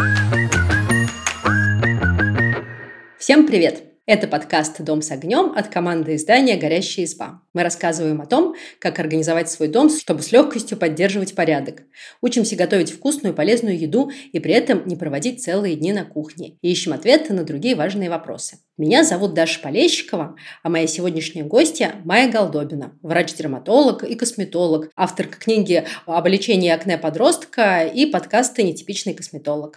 Всем привет! Это подкаст «Дом с огнем» от команды издания «Горящая изба». Мы рассказываем о том, как организовать свой дом, чтобы с легкостью поддерживать порядок. Учимся готовить вкусную и полезную еду и при этом не проводить целые дни на кухне. И ищем ответы на другие важные вопросы. Меня зовут Даша Полещикова, а моя сегодняшняя гостья Майя Голдобина, врач-дерматолог и косметолог, авторка книги об лечении акне подростка и подкаста «Нетипичный косметолог».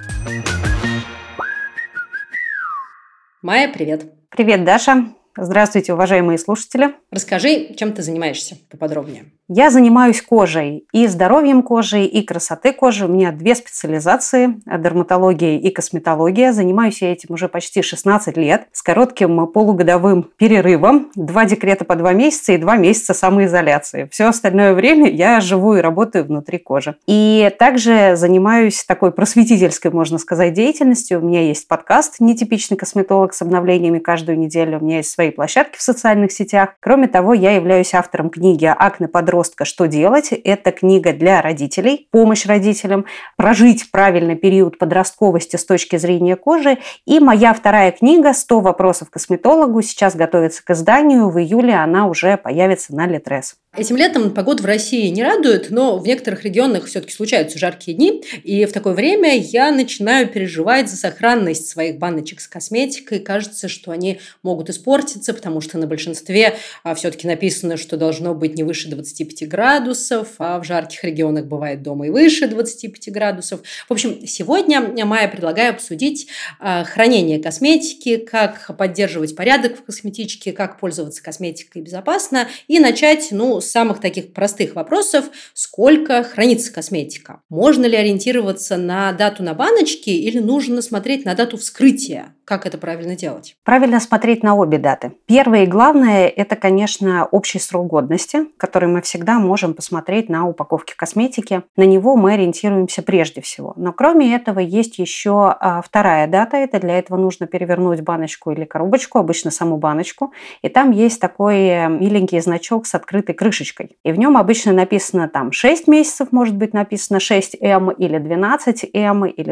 Майя, привет. Привет, Даша. Здравствуйте, уважаемые слушатели. Расскажи, чем ты занимаешься поподробнее. Я занимаюсь кожей, и здоровьем кожи, и красотой кожи. У меня 2 специализации – дерматология и косметология. Занимаюсь я этим уже почти 16 лет, с коротким полугодовым перерывом, 2 декрета по 2 месяца и 2 месяца самоизоляции. Все остальное время я живу и работаю внутри кожи. И также занимаюсь такой просветительской, можно сказать, деятельностью. У меня есть подкаст «Нетипичный косметолог» с обновлениями каждую неделю. У меня есть свои площадки в социальных сетях. Кроме того, я являюсь автором книги «Акне подростка. Что делать?». Это книга для родителей, помощь родителям, прожить правильный период подростковости с точки зрения кожи. И моя вторая книга «100 вопросов к косметологу» сейчас готовится к изданию. В июле она уже появится на Литрес. Этим летом погода в России не радует, но в некоторых регионах все-таки случаются жаркие дни. И в такое время я начинаю переживать за сохранность своих баночек с косметикой. Кажется, что они могут испортиться, потому что на большинстве все-таки написано, что должно быть не выше 25 градусов, а в жарких регионах бывает дома и выше 25 градусов. В общем, сегодня Майя предлагаю обсудить хранение косметики, как поддерживать порядок в косметичке, как пользоваться косметикой безопасно и начать, с самых таких простых вопросов: сколько хранится косметика? Можно ли ориентироваться на дату на баночке или нужно смотреть на дату вскрытия? Как это правильно делать? Правильно смотреть на обе даты. Первое и главное – это, конечно, общий срок годности, который мы всегда можем посмотреть на упаковке косметики. На него мы ориентируемся прежде всего. Но кроме этого есть еще вторая дата. Это для этого нужно перевернуть баночку или коробочку, обычно саму баночку. И там есть такой миленький значок с открытой крышечкой. И в нем обычно написано 6 месяцев, может быть написано 6М или 12М или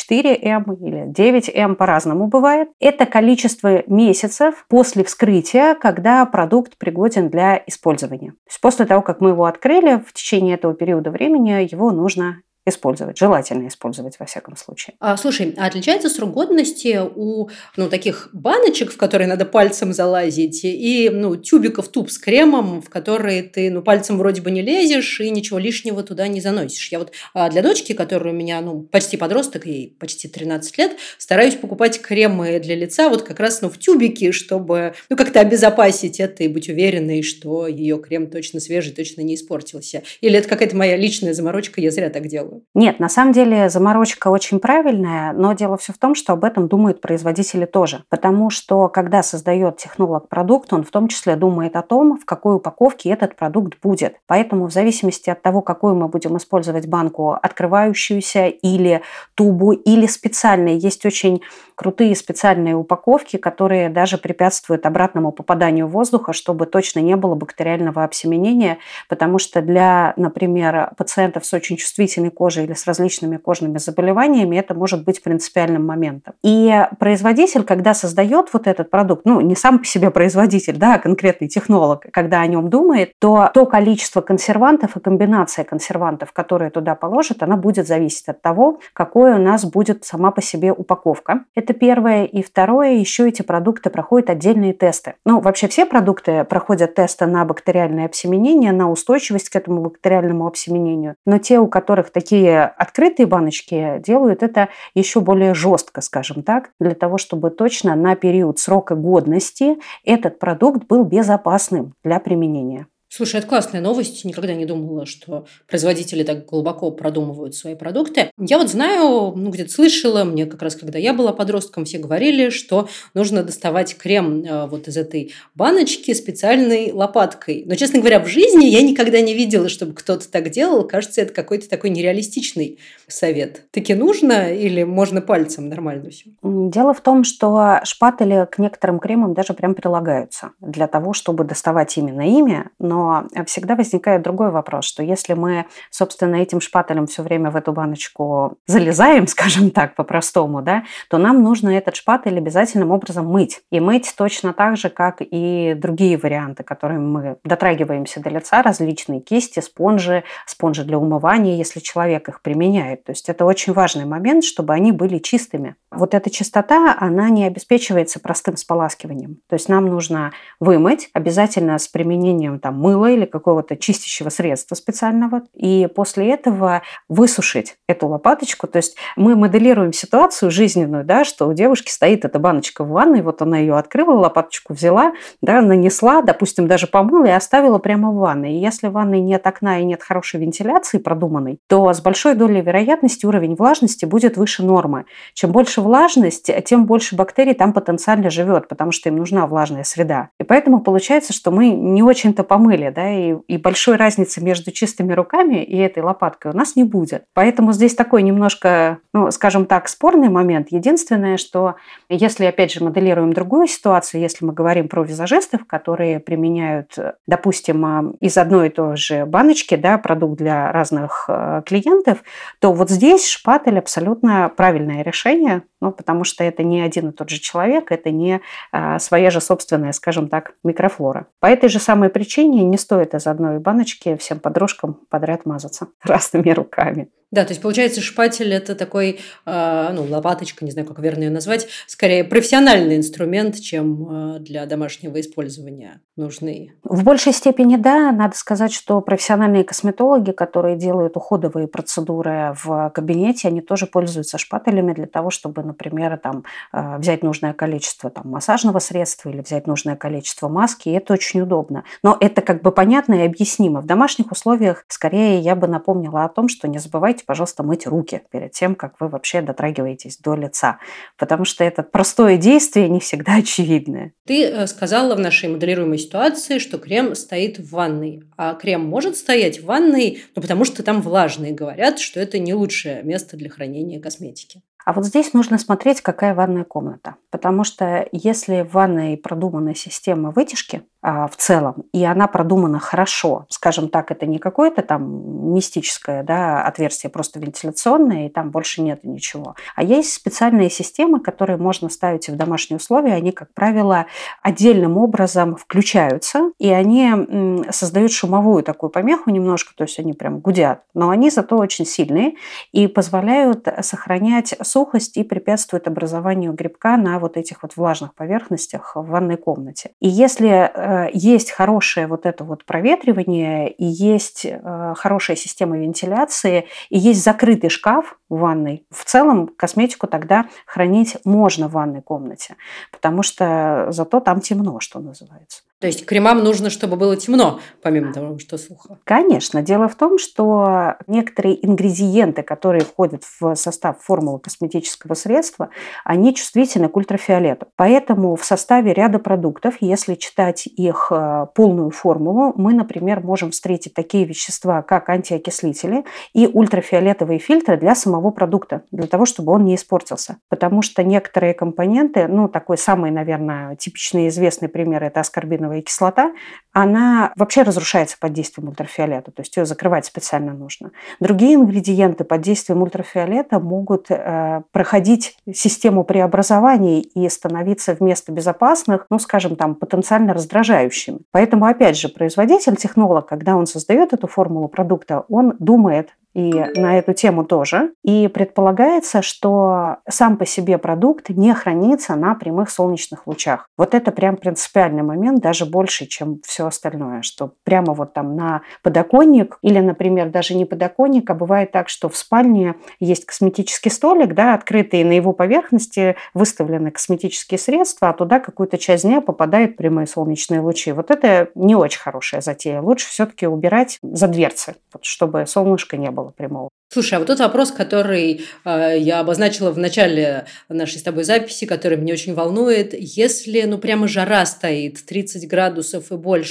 24М или 9М, по-разному бывает. Это количество месяцев после вскрытия, когда продукт пригоден для использования. То есть после того, как мы его открыли, в течение этого периода времени его нужно использовать. Желательно использовать, во всяком случае. Слушай, а отличается срок годности у таких баночек, в которые надо пальцем залазить, и тюбиков туб с кремом, в которые ты пальцем вроде бы не лезешь и ничего лишнего туда не заносишь? Я для дочки, которая у меня почти подросток, ей почти 13 лет, стараюсь покупать кремы для лица как раз в тюбике, чтобы как-то обезопасить это и быть уверенной, что ее крем точно свежий, точно не испортился. Или это какая-то моя личная заморочка, я зря так делаю? Нет, на самом деле заморочка очень правильная, но дело все в том, что об этом думают производители тоже. Потому что, когда создает технолог продукт, он в том числе думает о том, в какой упаковке этот продукт будет. Поэтому в зависимости от того, какую мы будем использовать банку, открывающуюся или тубу, или специальные, есть очень крутые специальные упаковки, которые даже препятствуют обратному попаданию воздуха, чтобы точно не было бактериального обсеменения, потому что для, например, пациентов с очень чувствительной кожей или с различными кожными заболеваниями это может быть принципиальным моментом. И производитель, когда создает этот продукт, не сам по себе производитель, а конкретный технолог, когда о нем думает, то количество консервантов и комбинация консервантов, которые туда положат, она будет зависеть от того, какой у нас будет сама по себе упаковка. Это первое. И второе, еще эти продукты проходят отдельные тесты. Вообще все продукты проходят тесты на бактериальное обсеменение, на устойчивость к этому бактериальному обсеменению. Но те, у которых такие открытые баночки, делают это еще более жестко, скажем так, для того, чтобы точно на период срока годности этот продукт был безопасным для применения. Слушай, это классная новость. Никогда не думала, что производители так глубоко продумывают свои продукты. Я знаю, где-то слышала, мне как раз, когда я была подростком, все говорили, что нужно доставать крем из этой баночки специальной лопаткой. Но, честно говоря, в жизни я никогда не видела, чтобы кто-то так делал. Кажется, это какой-то такой нереалистичный совет. Таки нужно или можно пальцем нормально все? Дело в том, что шпатели к некоторым кремам даже прям прилагаются для того, чтобы доставать именно ими, но Но всегда возникает другой вопрос, что если мы, собственно, этим шпателем все время в эту баночку залезаем, скажем так, по-простому, да, то нам нужно этот шпатель обязательным образом мыть. И мыть точно так же, как и другие варианты, которыми мы дотрагиваемся до лица, различные кисти, спонжи для умывания, если человек их применяет. То есть это очень важный момент, чтобы они были чистыми. Вот эта чистота, она не обеспечивается простым споласкиванием. То есть нам нужно вымыть, обязательно с применением мыла или какого-то чистящего средства специального, и после этого высушить эту лопаточку. То есть мы моделируем ситуацию жизненную, да, что у девушки стоит эта баночка в ванной, вот она ее открыла, лопаточку взяла, да, нанесла, допустим, даже помыла и оставила прямо в ванной. И если в ванной нет окна и нет хорошей вентиляции продуманной, то с большой долей вероятности уровень влажности будет выше нормы. Чем больше влажность, тем больше бактерий там потенциально живет, потому что им нужна влажная среда. И поэтому получается, что мы не очень-то помыли, да, и большой разницы между чистыми руками и этой лопаткой у нас не будет. Поэтому здесь такой немножко, скажем так, спорный момент. Единственное, что если, опять же, моделируем другую ситуацию, если мы говорим про визажистов, которые применяют, допустим, из одной и той же баночки, да, продукт для разных клиентов, то вот здесь шпатель абсолютно правильное решение, потому что это не один и тот же человек, это не своя же собственная, скажем так, микрофлора. По этой же самой причине не стоит из одной баночки всем подружкам подряд мазаться разными руками. Да, то есть, получается, шпатель – это такой, лопаточка, не знаю, как верно ее назвать, скорее профессиональный инструмент, чем для домашнего использования нужный. В большей степени, да. Надо сказать, что профессиональные косметологи, которые делают уходовые процедуры в кабинете, они тоже пользуются шпателями для того, чтобы, например, взять нужное количество массажного средства или взять нужное количество маски, и это очень удобно. Но это понятно и объяснимо. В домашних условиях, скорее, я бы напомнила о том, что не забывайте, пожалуйста, мыть руки перед тем, как вы вообще дотрагиваетесь до лица. Потому что это простое действие не всегда очевидное. Ты сказала в нашей моделируемой ситуации, что крем стоит в ванной. А крем может стоять в ванной, потому что там влажно, и говорят, что это не лучшее место для хранения косметики. А вот здесь нужно смотреть, какая ванная комната. Потому что если в ванной продумана система вытяжки в целом, и она продумана хорошо, скажем так, это не какое-то мистическое, да, отверстие, просто вентиляционное, и там больше нет ничего. А есть специальные системы, которые можно ставить в домашние условия, они, как правило, отдельным образом включаются, и они создают шумовую такую помеху немножко, то есть они прям гудят, но они зато очень сильные и позволяют сохранять сухость и препятствуют образованию грибка на вот этих влажных поверхностях в ванной комнате. И если есть хорошее проветривание, и есть хорошая система вентиляции, и есть закрытый шкаф в ванной, в целом косметику тогда хранить можно в ванной комнате, потому что зато там темно, что называется. То есть кремам нужно, чтобы было темно, помимо того, что сухо? Конечно. Дело в том, что некоторые ингредиенты, которые входят в состав формулы косметического средства, они чувствительны к ультрафиолету. Поэтому в составе ряда продуктов, если читать их полную формулу, мы, например, можем встретить такие вещества, как антиокислители и ультрафиолетовые фильтры для самого продукта, для того, чтобы он не испортился. Потому что некоторые компоненты, такой самый, наверное, типичный и известный пример – это аскорбиновая кислота, она вообще разрушается под действием ультрафиолета, то есть ее закрывать специально нужно. Другие ингредиенты под действием ультрафиолета могут проходить систему преобразований и становиться вместо безопасных, потенциально раздражающими. Поэтому, опять же, производитель, технолог, когда он создает эту формулу продукта, он думает и на эту тему тоже. И предполагается, что сам по себе продукт не хранится на прямых солнечных лучах. Вот это прям принципиальный момент, даже больше, чем все остальное, что прямо на подоконник или, например, даже не подоконник, а бывает так, что в спальне есть косметический столик, да, открытый, и на его поверхности выставлены косметические средства, а туда какую-то часть дня попадают прямые солнечные лучи. Вот это не очень хорошая затея. Лучше все-таки убирать за дверцы, чтобы солнышка не было прямого. Слушай, а вот тот вопрос, который я обозначила в начале нашей с тобой записи, который меня очень волнует. Если, прямо жара стоит, 30 градусов и больше,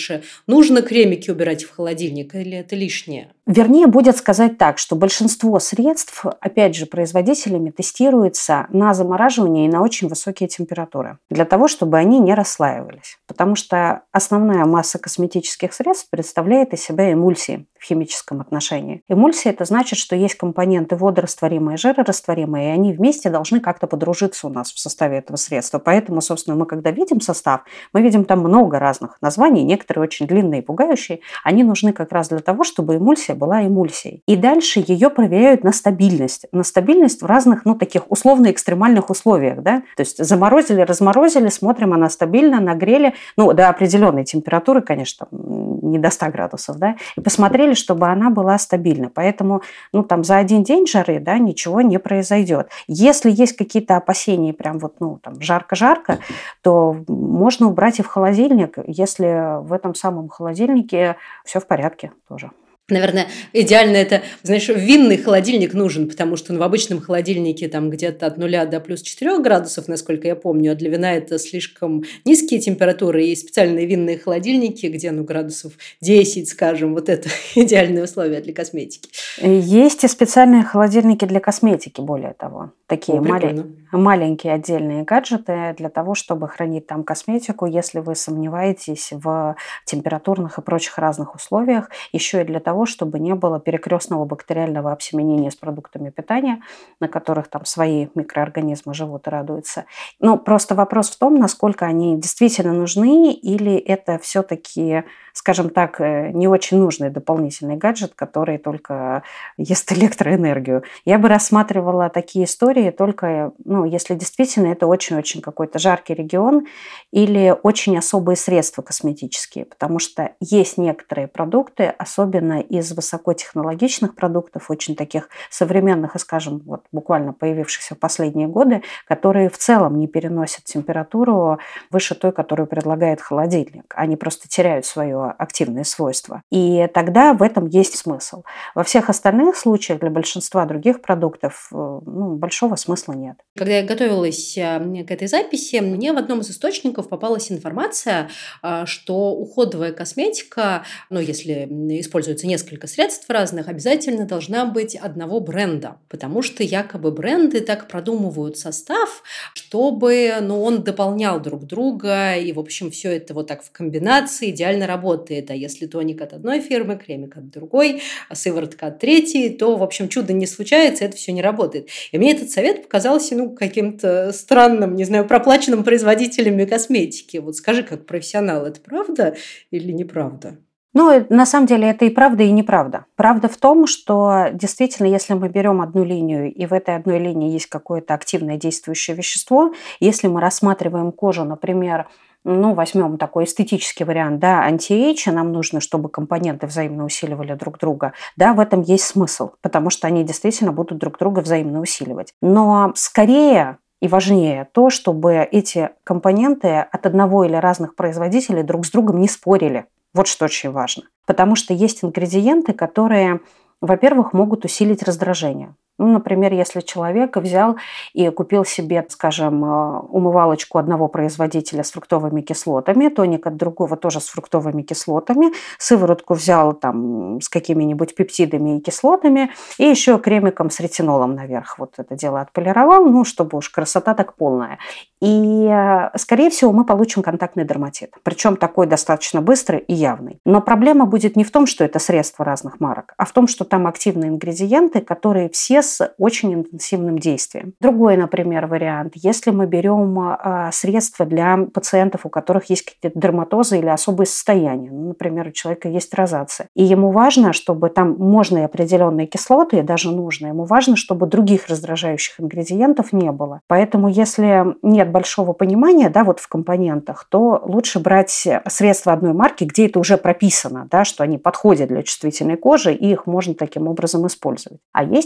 больше? Нужно кремики убирать в холодильник или это лишнее? Вернее, будет сказать так, что большинство средств, опять же, производителями тестируется на замораживание и на очень высокие температуры, для того, чтобы они не расслаивались. Потому что основная масса косметических средств представляет из себя эмульсии в химическом отношении. Эмульсия – это значит, что есть компоненты водорастворимые и жирорастворимые, и они вместе должны как-то подружиться у нас в составе этого средства. Поэтому, собственно, мы когда видим состав, мы видим там много разных названий, некоторые очень длинные и пугающие. Они нужны как раз для того, чтобы эмульсия была эмульсией. И дальше ее проверяют на стабильность. На стабильность в разных, таких условно-экстремальных условиях. Да? То есть заморозили, разморозили, смотрим, она стабильна, нагрели, до определенной температуры, конечно, не до 100 градусов, да, и посмотрели, чтобы она была стабильна. Поэтому, за один день жары, да, ничего не произойдет. Если есть какие-то опасения, прям жарко-жарко, то можно убрать и в холодильник, если в этом самом холодильнике все в порядке тоже. Наверное, идеально это, винный холодильник нужен, потому что в обычном холодильнике там где-то от 0 до плюс 4 градусов, насколько я помню, а для вина это слишком низкие температуры, и специальные винные холодильники, где градусов 10, скажем, вот это идеальные условия для косметики. Есть и специальные холодильники для косметики, более того. Такие маленькие отдельные гаджеты для того, чтобы хранить там косметику, если вы сомневаетесь в температурных и прочих разных условиях, еще и для того, чтобы не было перекрестного бактериального обсеменения с продуктами питания, на которых там свои микроорганизмы живут и радуются. Просто вопрос в том, насколько они действительно нужны, или это все-таки, скажем так, не очень нужный дополнительный гаджет, который только ест электроэнергию. Я бы рассматривала такие истории только, если действительно это очень-очень какой-то жаркий регион или очень особые средства косметические, потому что есть некоторые продукты, особенно из высокотехнологичных продуктов, очень таких современных и, скажем, буквально появившихся в последние годы, которые в целом не переносят температуру выше той, которую предлагает холодильник. Они просто теряют свое активные свойства. И тогда в этом есть смысл. Во всех остальных случаях для большинства других продуктов большого смысла нет. Когда я готовилась к этой записи, мне в одном из источников попалась информация, что уходовая косметика, если используется несколько средств разных, обязательно должна быть одного бренда, потому что якобы бренды так продумывают состав, чтобы он дополнял друг друга, и, в общем, все это так в комбинации идеально работает. А если тоник от одной фирмы, кремик от другой, а сыворотка от третьей, то, в общем, чудо не случается, это все не работает. И мне этот совет показался, каким-то странным, проплаченным производителями косметики. Скажи, как профессионал, это правда или неправда? На самом деле это и правда, и неправда. Правда в том, что действительно, если мы берем одну линию, и в этой одной линии есть какое-то активное действующее вещество, если мы рассматриваем кожу, например, возьмем такой эстетический вариант, анти-эйдж, нам нужно, чтобы компоненты взаимно усиливали друг друга. В этом есть смысл, потому что они действительно будут друг друга взаимно усиливать. Но скорее и важнее то, чтобы эти компоненты от одного или разных производителей друг с другом не спорили. Вот что очень важно. Потому что есть ингредиенты, которые, во-первых, могут усилить раздражение. Например, если человек взял и купил себе, скажем, умывалочку одного производителя с фруктовыми кислотами, тоник от другого тоже с фруктовыми кислотами, сыворотку взял там с какими-нибудь пептидами и кислотами, и еще кремиком с ретинолом наверх это дело отполировал, чтобы уж красота так полная. И, скорее всего, мы получим контактный дерматит. Причем такой достаточно быстрый и явный. Но проблема будет не в том, что это средства разных марок, а в том, что там активные ингредиенты, которые все с очень интенсивным действием. Другой, например, вариант. Если мы берем средства для пациентов, у которых есть какие-то дерматозы или особые состояния, например, у человека есть розация, и ему важно, чтобы там можно и определенные кислоты, и даже нужно, ему важно, чтобы других раздражающих ингредиентов не было. Поэтому, если нет большого понимания в компонентах, то лучше брать средства одной марки, где это уже прописано, что они подходят для чувствительной кожи, и их можно таким образом использовать. А есть еще история,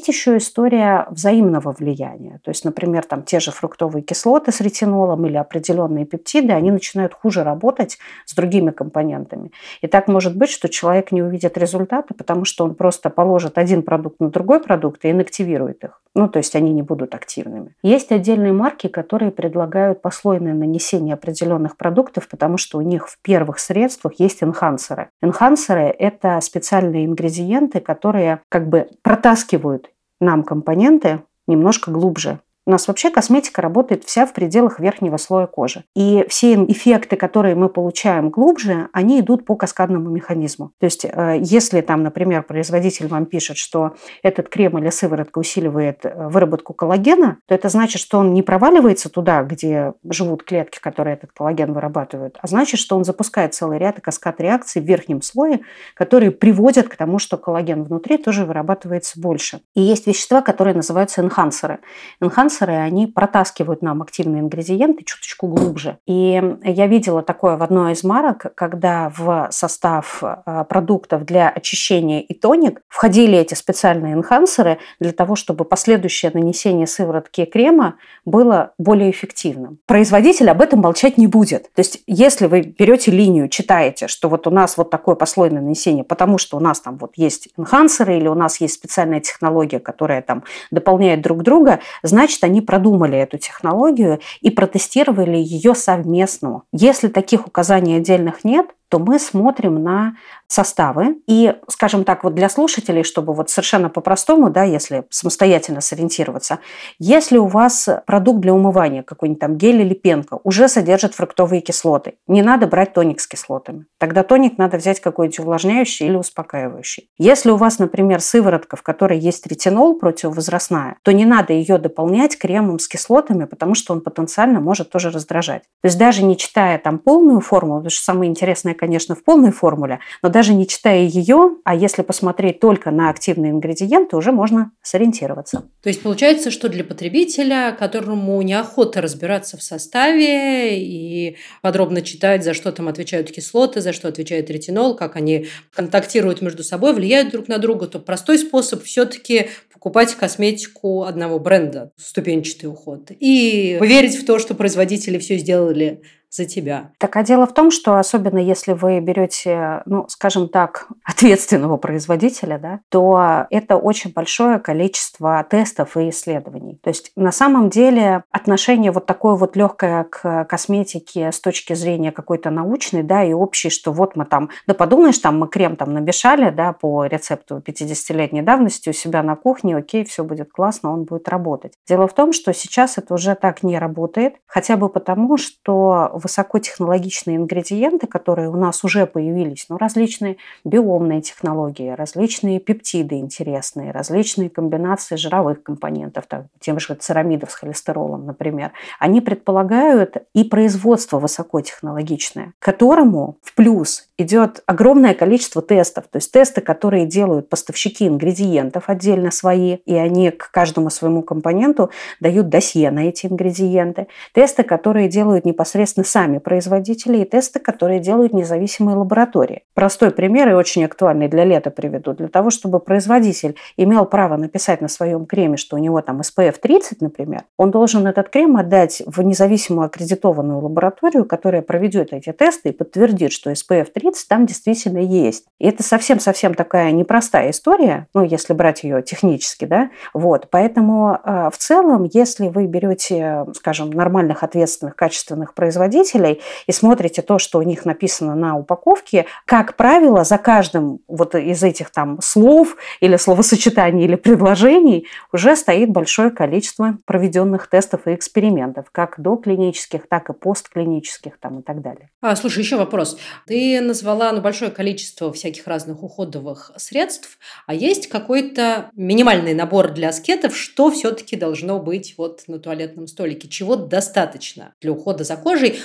история взаимного влияния. То есть, например, там те же фруктовые кислоты с ретинолом или определенные пептиды, они начинают хуже работать с другими компонентами. И так может быть, что человек не увидит результата, потому что он просто положит один продукт на другой продукт и инактивирует их. То есть они не будут активными. Есть отдельные марки, которые предлагают послойное нанесение определенных продуктов, потому что у них в первых средствах есть энхансеры. Энхансеры – это специальные ингредиенты, которые как бы протаскивают нам компоненты немножко глубже. У нас вообще косметика работает вся в пределах верхнего слоя кожи. И все эффекты, которые мы получаем глубже, они идут по каскадному механизму. То есть, если там, например, производитель вам пишет, что этот крем или сыворотка усиливает выработку коллагена, то это значит, что он не проваливается туда, где живут клетки, которые этот коллаген вырабатывают, а значит, что он запускает целый ряд и каскад реакций в верхнем слое, которые приводят к тому, что коллаген внутри тоже вырабатывается больше. И есть вещества, которые называются энхансеры. Энхансеры, они протаскивают нам активные ингредиенты чуточку глубже. И я видела такое в одной из марок, когда в состав продуктов для очищения и тоник входили эти специальные энхансеры для того, чтобы последующее нанесение сыворотки и крема было более эффективным. Производитель об этом молчать не будет. То есть, если вы берете линию, читаете, что вот у нас вот такое послойное нанесение, потому что у нас там вот есть энхансеры или у нас есть специальная технология, которая там дополняет друг друга, значит, они продумали эту технологию и протестировали ее совместно. Если таких указаний отдельных нет, то мы смотрим на составы. И, скажем так, вот для слушателей, чтобы вот совершенно по-простому, да, если самостоятельно сориентироваться, если у вас продукт для умывания, какой-нибудь там гель или пенка, уже содержит фруктовые кислоты, не надо брать тоник с кислотами. Тогда тоник надо взять какой-нибудь увлажняющий или успокаивающий. Если у вас, например, сыворотка, в которой есть ретинол противовозрастная, то не надо ее дополнять кремом с кислотами, потому что он потенциально может тоже раздражать. То есть даже не читая там полную формулу, потому что самое интересное, конечно, в полной формуле, но даже не читая ее, а если посмотреть только на активные ингредиенты, уже можно сориентироваться. То есть получается, что для потребителя, которому неохота разбираться в составе и подробно читать, за что там отвечают кислоты, за что отвечает ретинол, как они контактируют между собой, влияют друг на друга, то простой способ все-таки покупать косметику одного бренда, ступенчатый уход, и поверить в то, что производители все сделали за тебя. Так, а дело в том, что особенно если вы берете, скажем так, ответственного производителя, да, то это очень большое количество тестов и исследований. То есть на самом деле отношение вот такое вот легкое к косметике с точки зрения какой-то научной, да, и общей, что вот мы там, да подумаешь, там мы крем там намешали, да, по рецепту 50-летней давности у себя на кухне, окей, все будет классно, он будет работать. Дело в том, что сейчас это уже так не работает, хотя бы потому, что высокотехнологичные ингредиенты, которые у нас уже появились, различные биомные технологии, различные пептиды интересные, различные комбинации жировых компонентов, тем же церамидов с холестеролом, например, они предполагают и производство высокотехнологичное, к которому в плюс идет огромное количество тестов, то есть тесты, которые делают поставщики ингредиентов отдельно свои, и они к каждому своему компоненту дают досье на эти ингредиенты, тесты, которые делают непосредственно сами производители, и тесты, которые делают независимые лаборатории. Простой пример и очень актуальный для лета приведу. Для того, чтобы производитель имел право написать на своем креме, что у него там SPF 30, например, он должен этот крем отдать в независимую аккредитованную лабораторию, которая проведет эти тесты и подтвердит, что SPF 30 там действительно есть. И это совсем-совсем такая непростая история, если брать ее технически, да, вот. Поэтому в целом, если вы берете, скажем, нормальных, ответственных, качественных производителей и смотрите то, что у них написано на упаковке, как правило, за каждым вот из этих там слов или словосочетаний или предложений уже стоит большое количество проведенных тестов и экспериментов, как доклинических, так и постклинических там и так далее. Слушай, еще вопрос. Ты назвала большое количество всяких разных уходовых средств, а есть какой-то минимальный набор для аскетов, что все-таки должно быть вот на туалетном столике? Чего достаточно для ухода за кожей?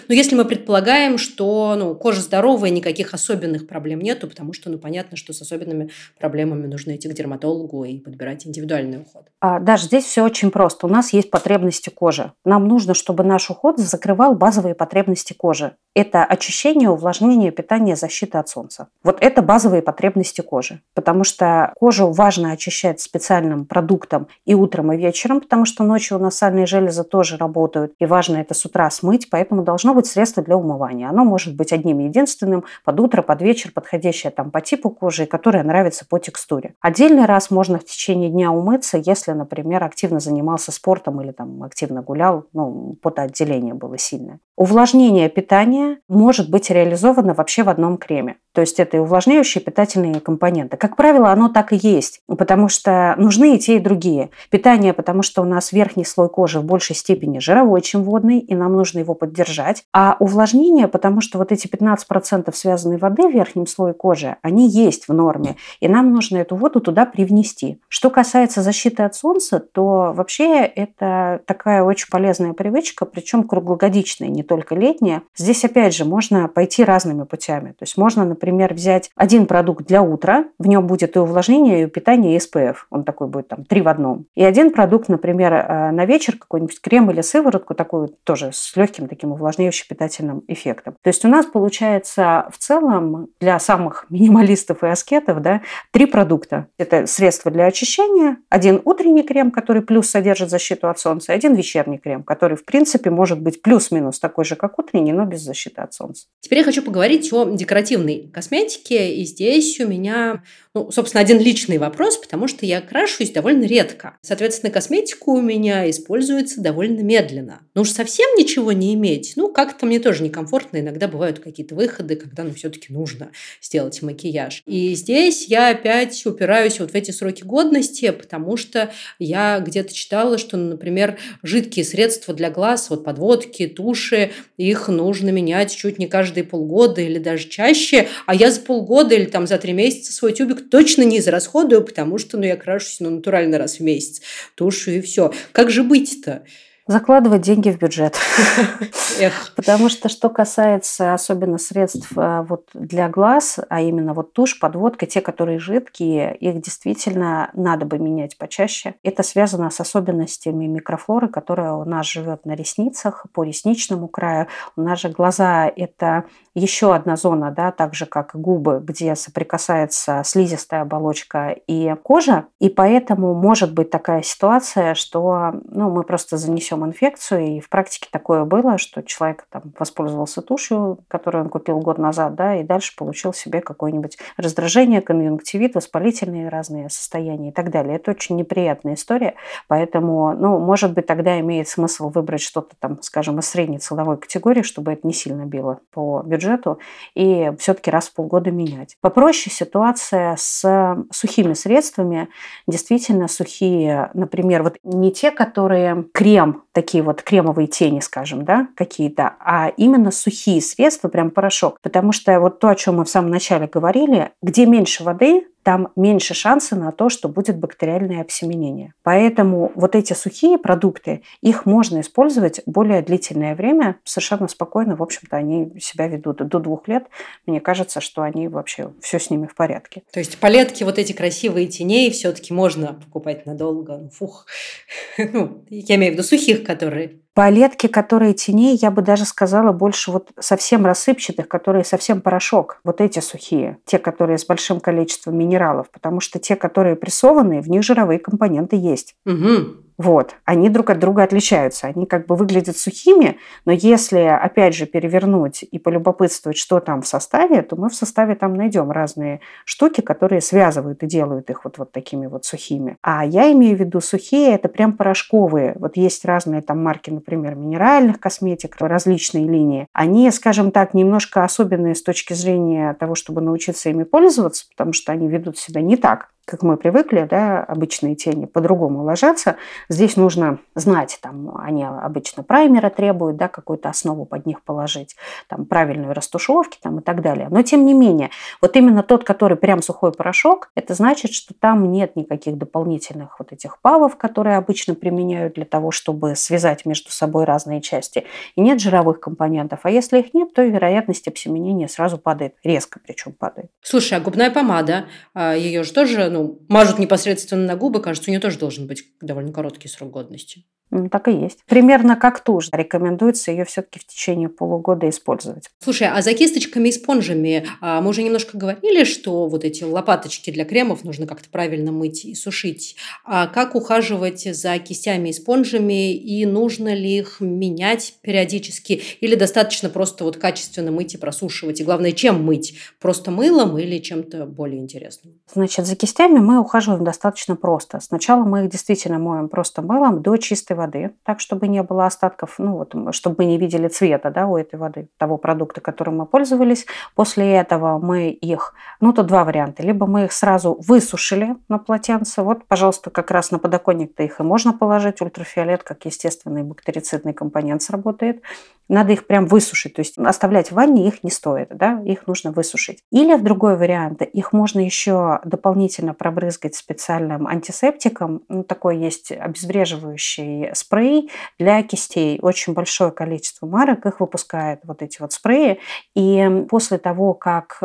Но если мы предполагаем, что кожа здоровая, никаких особенных проблем нету, потому что понятно, что с особенными проблемами нужно идти к дерматологу и подбирать индивидуальный уход. Даже здесь все очень просто. У нас есть потребности кожи. Нам нужно, чтобы наш уход закрывал базовые потребности кожи. Это очищение, увлажнение, питание, защита от солнца. Вот это базовые потребности кожи. Потому что кожу важно очищать специальным продуктом и утром, и вечером, потому что ночью у нас сальные железы тоже работают, и важно это с утра смыть, поэтому должно быть средство для умывания. Оно может быть одним единственным, под утро, под вечер, подходящее по типу кожи, и которое нравится по текстуре. Отдельный раз можно в течение дня умыться, если, например, активно занимался спортом или активно гулял, потоотделение было сильное. Увлажнение питания может быть реализовано вообще в одном креме. То есть это и увлажняющие питательные компоненты. Как правило, оно так и есть, потому что нужны и те, и другие. Питание, потому что у нас верхний слой кожи в большей степени жировой, чем водный, и нам нужно его поддержать. А увлажнение, потому что вот эти 15% связанной воды в верхнем слое кожи, они есть в норме, и нам нужно эту воду туда привнести. Что касается защиты от солнца, то вообще это такая очень полезная привычка, причем круглогодичная, не только летняя. Здесь, опять же, можно пойти разными путями. То есть можно, например, взять один продукт для утра, в нем будет и увлажнение, и питание, и SPF. Он такой будет 3 в одном. И один продукт, например, на вечер, какой-нибудь крем или сыворотку, такую тоже с легким таким увлажняющим питательным эффектом. То есть у нас получается в целом для самых минималистов и аскетов 3 продукта. Это средство для очищения, один утренний крем, который плюс содержит защиту от солнца, и один вечерний крем, который, в принципе, может быть плюс-минус такой же, как утренний, но без защиты от солнца. Теперь я хочу поговорить о декоративной косметике, и здесь у меня, собственно, один личный вопрос, потому что я крашусь довольно редко. Соответственно, косметика у меня используется довольно медленно. Но уж совсем ничего не иметь, как-то мне тоже некомфортно. Иногда бывают какие-то выходы, когда все-таки нужно сделать макияж. И здесь я опять упираюсь в эти сроки годности, потому что я где-то читала, что, например, жидкие средства для глаз, подводки, туши, их нужно менять чуть не каждые полгода или даже чаще, а я за полгода или за 3 месяца свой тюбик точно не израсходую, потому что я крашусь натурально раз в месяц, тушу и все. Как же быть-то? Закладывать деньги в бюджет. Потому что касается особенно средств для глаз, а именно тушь, подводка, те, которые жидкие, их действительно надо бы менять почаще. Это связано с особенностями микрофлоры, которая у нас живет на ресницах, по ресничному краю. У нас же глаза – это еще одна зона, так же, как и губы, где соприкасается слизистая оболочка и кожа. И поэтому может быть такая ситуация, что мы просто занесем инфекцию, и в практике такое было, что человек воспользовался тушью, которую он купил год назад, и дальше получил себе какое-нибудь раздражение, конъюнктивит, воспалительные разные состояния и так далее. Это очень неприятная история, поэтому, может быть, тогда имеет смысл выбрать что-то скажем, из средней ценовой категории, чтобы это не сильно било по бюджету, и все-таки раз в полгода менять. Попроще ситуация с сухими средствами, действительно сухие, например, не те, которые крем, такие кремовые тени, скажем, какие-то, а именно сухие средства, прям порошок. Потому что то, о чем мы в самом начале говорили, где меньше воды, там меньше шанса на то, что будет бактериальное обсеменение. Поэтому эти сухие продукты, их можно использовать более длительное время, совершенно спокойно. В общем-то, они себя ведут до 2 лет. Мне кажется, что они вообще, все с ними в порядке. То есть палетки эти красивые теней все-таки можно покупать надолго. Фух. Я имею в виду сухих, которые... Палетки, которые теней, я бы даже сказала, больше совсем рассыпчатых, которые совсем порошок. Эти сухие, те, которые с большим количеством минералов, потому что те, которые прессованные, в них жировые компоненты есть. Угу. Они друг от друга отличаются. Они выглядят сухими, но если, опять же, перевернуть и полюбопытствовать, что там в составе, то мы в составе там найдем разные штуки, которые связывают и делают их такими сухими. А я имею в виду сухие, это прям порошковые. Есть разные марки, например, минеральных косметик, различные линии. Они, скажем так, немножко особенные с точки зрения того, чтобы научиться ими пользоваться, потому что они ведут себя не так, как мы привыкли, да, обычные тени по-другому ложатся. Здесь нужно знать, там, они обычно праймера требуют, да, какую-то основу под них положить, там, правильную растушевки там, и так далее. Но тем не менее, вот именно тот, который прям сухой порошок, это значит, что там нет никаких дополнительных вот этих павов, которые обычно применяют для того, чтобы связать между собой разные части, и нет жировых компонентов. А если их нет, то и вероятность обсеменения сразу падает, резко причем падает. Слушай, а губная помада, ее же тоже, мажут непосредственно на губы, кажется, у нее тоже должен быть довольно короткий срок годности. Так и есть. Примерно как тушь. Рекомендуется ее все-таки в течение полугода использовать. Слушай, а за кисточками и спонжами мы уже немножко говорили, что вот эти лопаточки для кремов нужно как-то правильно мыть и сушить. А как ухаживать за кистями и спонжами, и нужно ли их менять периодически, или достаточно просто вот качественно мыть и просушивать? И главное, чем мыть? Просто мылом или чем-то более интересным? Значит, за кистями мы ухаживаем достаточно просто. Сначала мы их действительно моем просто мылом до чистой воды, так, чтобы не было остатков, чтобы мы не видели цвета, да, у этой воды, того продукта, которым мы пользовались. После этого мы их, тут два варианта. Либо мы их сразу высушили на полотенце. Вот, пожалуйста, как раз на подоконник-то их и можно положить. Ультрафиолет, как естественный бактерицидный компонент, сработает. Надо их прям высушить, то есть оставлять в ванне их не стоит, да, их нужно высушить. Или в другой вариант, их можно еще дополнительно пробрызгать специальным антисептиком. Такой есть обезвреживающий спрей для кистей. Очень большое количество марок их выпускает, вот эти вот спреи. И после того, как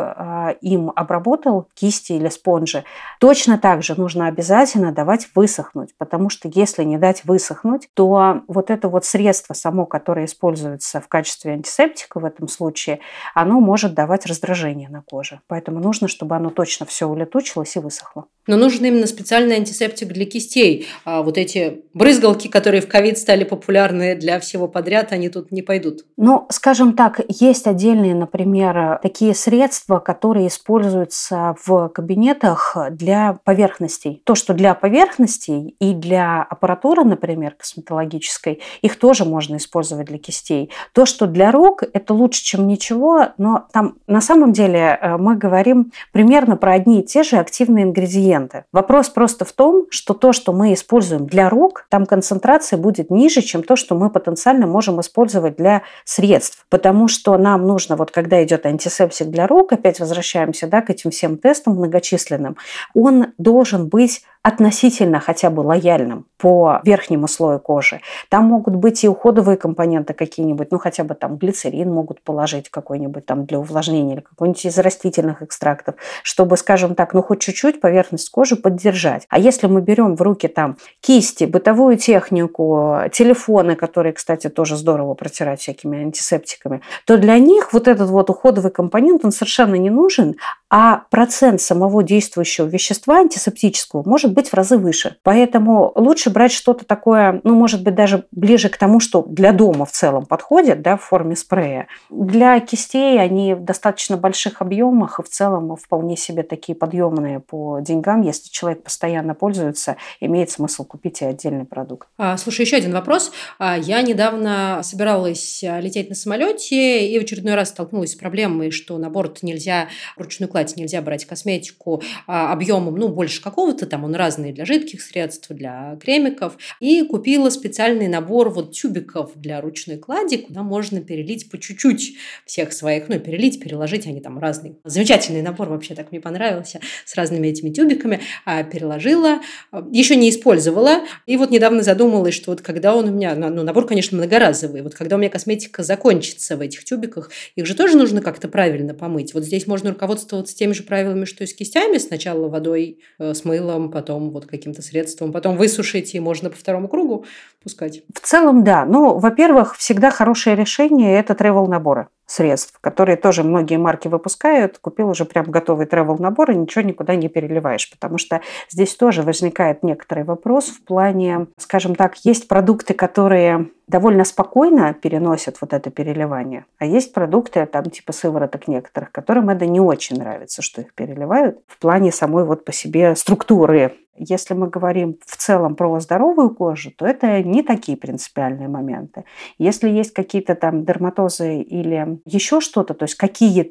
им обработал кисти или спонжи, точно так же нужно обязательно давать высохнуть, потому что если не дать высохнуть, то вот это вот средство само, которое используется в качестве антисептика в этом случае, оно может давать раздражение на коже. Поэтому нужно, чтобы оно точно все улетучилось и высохло. Но нужен именно специальный антисептик для кистей. А вот эти брызгалки, которые в ковид стали популярны для всего подряд, они тут не пойдут. Скажем так, есть отдельные, например, такие средства, которые используются в кабинетах для поверхностей. То, что для поверхностей и для аппаратуры, например, косметологической, их тоже можно использовать для кистей. То, что для рук, это лучше, чем ничего, но там на самом деле мы говорим примерно про одни и те же активные ингредиенты. Вопрос просто в том, что то, что мы используем для рук, там концентрация будет ниже, чем то, что мы потенциально можем использовать для средств. Потому что нам нужно, вот когда идет антисептик для рук, опять возвращаемся, да, к этим всем тестам многочисленным, он должен быть относительно хотя бы лояльным по верхнему слою кожи. Там могут быть и уходовые компоненты какие-нибудь, хотя бы там глицерин могут положить какой-нибудь там для увлажнения или какой-нибудь из растительных экстрактов, чтобы, скажем так, хоть чуть-чуть поверхность кожи поддержать. А если мы берем в руки там кисти, бытовую технику, телефоны, которые, кстати, тоже здорово протирать всякими антисептиками, то для них вот этот вот уходовый компонент, он совершенно не нужен, а процент самого действующего вещества антисептического может быть в разы выше. Поэтому лучше брать что-то такое, может быть, даже ближе к тому, что для дома в целом подходит, да, в форме спрея. Для кистей они в достаточно больших объемах и в целом вполне себе такие подъемные по деньгам. Если человек постоянно пользуется, имеет смысл купить и отдельный продукт. Слушай, еще один вопрос. Я недавно собиралась лететь на самолете и в очередной раз столкнулась с проблемой, что на борт нельзя, ручную кладь нельзя брать косметику объемом, больше какого-то, там он разный для жидких средств, для кремиков. И купила специальный набор тюбиков для ручной клади, куда можно перелить по чуть-чуть всех своих, перелить, переложить, они там разные. Замечательный набор, вообще так мне понравился, с разными этими тюбиками. Переложила, еще не использовала. И недавно задумалась, что когда он у меня, набор, конечно, многоразовый, когда у меня косметика закончится в этих тюбиках, их же тоже нужно как-то правильно помыть. Здесь можно руководствоваться теми же правилами, что и с кистями. Сначала водой с мылом, потом каким-то средством, потом высушить, и можно по второму кругу пускать. В целом, да. Во-первых, всегда хорошее решение – это travel-наборы средств, которые тоже многие марки выпускают. Купил уже прям готовый travel-набор и ничего никуда не переливаешь, потому что здесь тоже возникает некоторый вопрос в плане, скажем так, есть продукты, которые довольно спокойно переносят это переливание, а есть продукты, там типа сывороток некоторых, которым это не очень нравится, что их переливают в плане самой по себе структуры. Если мы говорим в целом про здоровую кожу, то это не такие принципиальные моменты. Если есть какие-то там дерматозы или еще что-то, то есть какие-то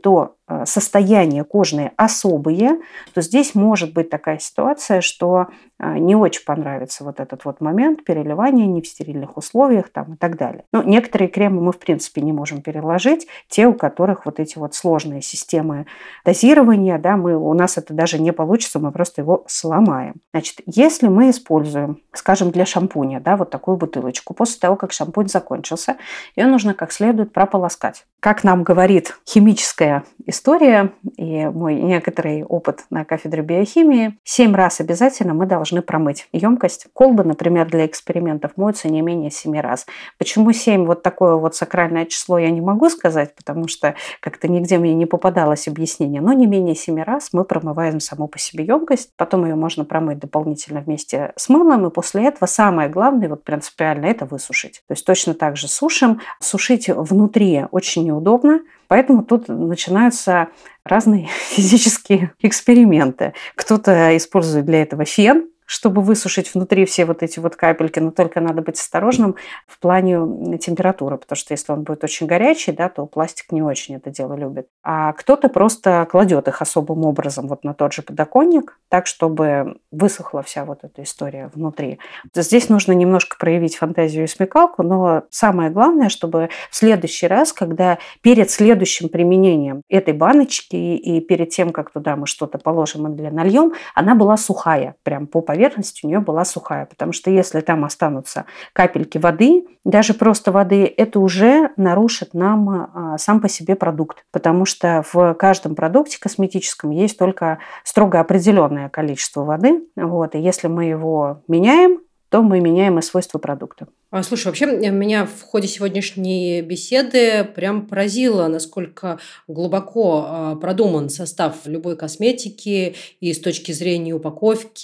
состояния кожные особые, то здесь может быть такая ситуация, что не очень понравится вот этот вот момент переливания не в стерильных условиях там, и так далее. Но некоторые кремы мы в принципе не можем переложить, те, у которых вот эти вот сложные системы дозирования, да, у нас это даже не получится, мы просто его сломаем. Значит, если мы используем, скажем, для шампуня, да, вот такую бутылочку, после того, как шампунь закончился, ее нужно как следует прополоскать. Как нам говорит химическая история и мой некоторый опыт на кафедре биохимии, 7 раз обязательно мы должны промыть емкость. Колбы, например, для экспериментов моются не менее 7 раз. Почему 7? Вот такое вот сакральное число я не могу сказать, потому что как-то нигде мне не попадалось объяснение, но не менее 7 раз мы промываем саму по себе емкость, потом ее можно промыть дополнительно вместе с мылом, и после этого самое главное, вот принципиально, это высушить. То есть точно так же сушим. Сушить внутри очень неудобно, поэтому тут начинаются разные физические эксперименты. Кто-то использует для этого фен, чтобы высушить внутри все вот эти вот капельки, но только надо быть осторожным в плане температуры, потому что если он будет очень горячий, да, то пластик не очень это дело любит. А кто-то просто кладет их особым образом вот на тот же подоконник, так, чтобы высохла вся вот эта история внутри. Здесь нужно немножко проявить фантазию и смекалку, но самое главное, чтобы в следующий раз, когда перед следующим применением этой баночки и перед тем, как туда мы что-то положим или нальем, она была сухая, прям по поверхность у нее была сухая, потому что если там останутся капельки воды, даже просто воды, это уже нарушит нам сам по себе продукт, потому что в каждом продукте косметическом есть только строго определенное количество воды, вот, и если мы его меняем, то мы меняем и свойства продукта. Слушай, вообще меня в ходе сегодняшней беседы прям поразило, насколько глубоко продуман состав любой косметики и с точки зрения упаковки,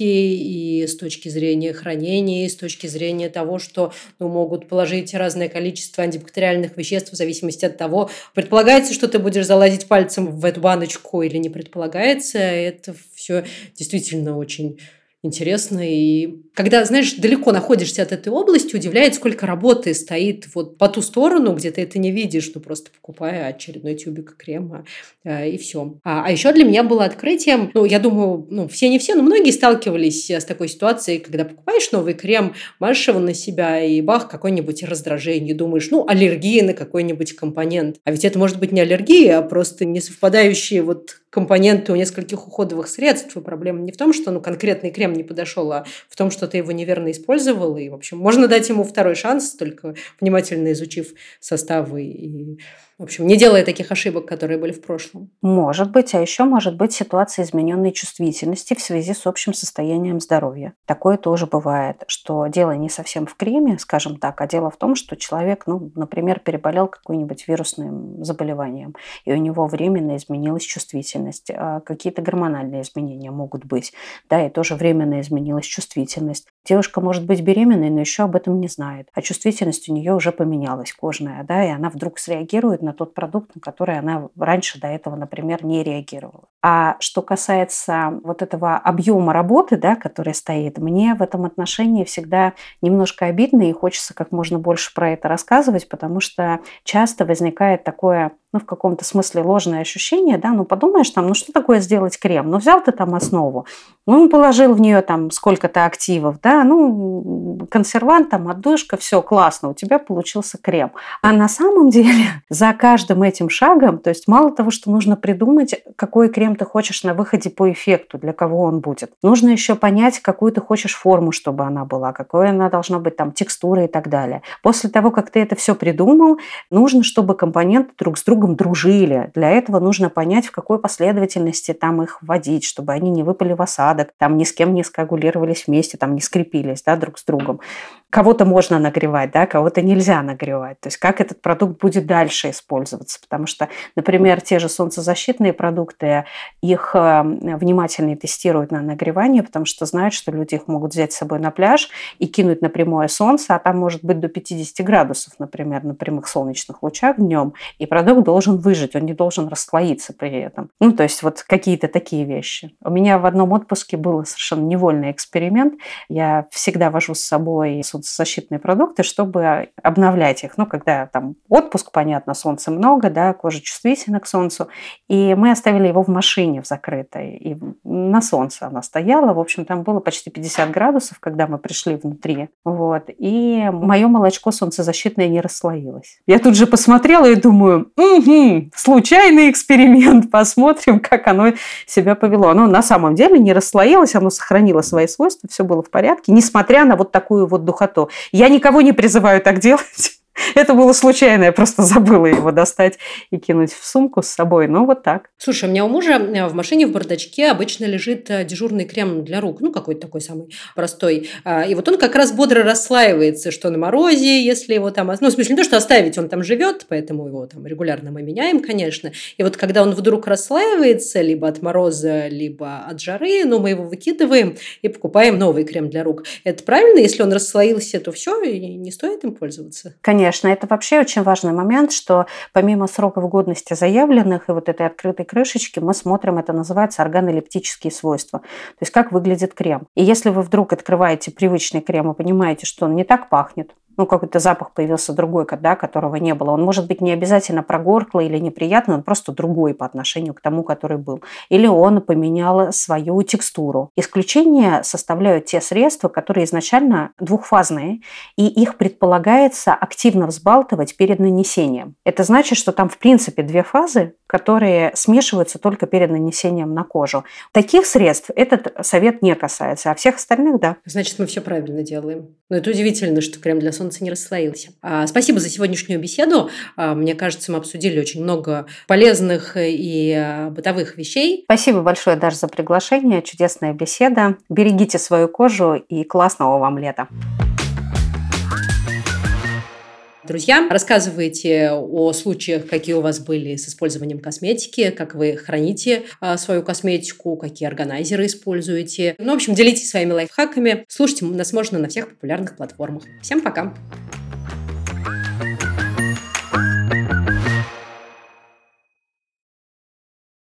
и с точки зрения хранения, и с точки зрения того, что могут положить разное количество антибактериальных веществ в зависимости от того, предполагается, что ты будешь залазить пальцем в эту баночку или не предполагается. Это все действительно очень интересно. И когда, знаешь, далеко находишься от этой области, удивляет, сколько работы стоит вот по ту сторону, где ты это не видишь, просто покупая очередной тюбик крема, и все. А еще для меня было открытием, я думаю, все не все, но многие сталкивались с такой ситуацией, когда покупаешь новый крем, мажешь его на себя, и бах, какое-нибудь раздражение. Думаешь, аллергия на какой-нибудь компонент. А ведь это может быть не аллергия, а просто несовпадающие вот компоненты у нескольких уходовых средств. И проблема не в том, что конкретный крем не подошел, а в том, что ты его неверно использовал. И, в общем, можно дать ему второй шанс, только внимательно изучив составы и, в общем, не делая таких ошибок, которые были в прошлом. Может быть, а еще может быть ситуация измененной чувствительности в связи с общим состоянием здоровья. Такое тоже бывает, что дело не совсем в креме, скажем так, а дело в том, что человек, например, переболел каким-нибудь вирусным заболеванием, и у него временно изменилась чувствительность. Какие-то гормональные изменения могут быть, да, и тоже временно изменилась чувствительность. Девушка может быть беременной, но еще об этом не знает, а чувствительность у нее уже поменялась, кожная, да, и она вдруг среагирует на тот продукт, на который она раньше до этого, например, не реагировала. А что касается вот этого объема работы, да, который стоит, мне в этом отношении всегда немножко обидно, и хочется как можно больше про это рассказывать, потому что часто возникает такое, в каком-то смысле ложное ощущение, да, подумаешь там, что такое сделать крем? Взял ты там основу, положил в нее там сколько-то активов, да, консервант, там, отдушка, все классно, у тебя получился крем. А на самом деле за каждым этим шагом, то есть мало того, что нужно придумать, какой крем ты хочешь на выходе по эффекту, для кого он будет, нужно еще понять, какую ты хочешь форму, чтобы она была, какой она должна быть, там, текстура и так далее. После того, как ты это все придумал, нужно, чтобы компоненты друг с другом дружили. Для этого нужно понять, в какой последовательности там их вводить, чтобы они не выпали в осадок, там ни с кем не скоагулировались вместе, там не скрепились, да, друг с другом. Кого-то можно нагревать, да, кого-то нельзя нагревать. То есть как этот продукт будет дальше использоваться. Потому что, например, те же солнцезащитные продукты, их внимательно тестируют на нагревание, потому что знают, что люди их могут взять с собой на пляж и кинуть на прямое солнце, а там может быть до 50 градусов, например, на прямых солнечных лучах днем, и продукт должен выжить, он не должен расслоиться при этом. То есть вот какие-то такие вещи. У меня в одном отпуске был совершенно невольный эксперимент. Я всегда вожу с собой солнцезащитные продукты, чтобы обновлять их. Ну, когда там отпуск, понятно, солнца много, да, кожа чувствительна к солнцу. И мы оставили его в машине в закрытой. И на солнце она стояла. В общем, там было почти 50 градусов, когда мы пришли внутри. Вот. И мое молочко солнцезащитное не расслоилось. Я тут же посмотрела и думаю, случайный эксперимент, посмотрим, как оно себя повело. Оно на самом деле не расслоилось, оно сохранило свои свойства, все было в порядке, несмотря на вот такую вот духоту. Я никого не призываю так делать. Это было случайно, я просто забыла его достать и кинуть в сумку с собой. Ну, вот так. Слушай, у меня у мужа в машине в бардачке обычно лежит дежурный крем для рук, ну, какой-то такой самый простой. И вот он как раз бодро расслаивается, что на морозе, если его там... Ну, в смысле, не то, что оставить, он там живет, поэтому его там регулярно мы меняем, конечно. И вот когда он вдруг расслаивается, либо от мороза, либо от жары, ну, мы его выкидываем и покупаем новый крем для рук. Это правильно? Если он расслоился, то все, и не стоит им пользоваться? Конечно, это вообще очень важный момент, что помимо сроков годности заявленных и вот этой открытой крышечки, мы смотрим, это называется органолептические свойства, то есть как выглядит крем. И если вы вдруг открываете привычный крем и понимаете, что он не так пахнет, ну, какой-то запах появился другой, да, которого не было. Он может быть не обязательно прогорклый или неприятный, он просто другой по отношению к тому, который был. Или он поменял свою текстуру. Исключение составляют те средства, которые изначально двухфазные, и их предполагается активно взбалтывать перед нанесением. Это значит, что там в принципе две фазы, которые смешиваются только перед нанесением на кожу. Таких средств этот совет не касается, а всех остальных – да. Значит, мы все правильно делаем. Но это удивительно, что крем для солнца не расслоился. Спасибо за сегодняшнюю беседу. Мне кажется, мы обсудили очень много полезных и бытовых вещей. Спасибо большое, Даша, за приглашение. Чудесная беседа. Берегите свою кожу и классного вам лета. Друзья, рассказывайте о случаях, какие у вас были с использованием косметики, как вы храните свою косметику, какие органайзеры используете. Ну, в общем, делитесь своими лайфхаками. Слушайте нас можно на всех популярных платформах. Всем пока!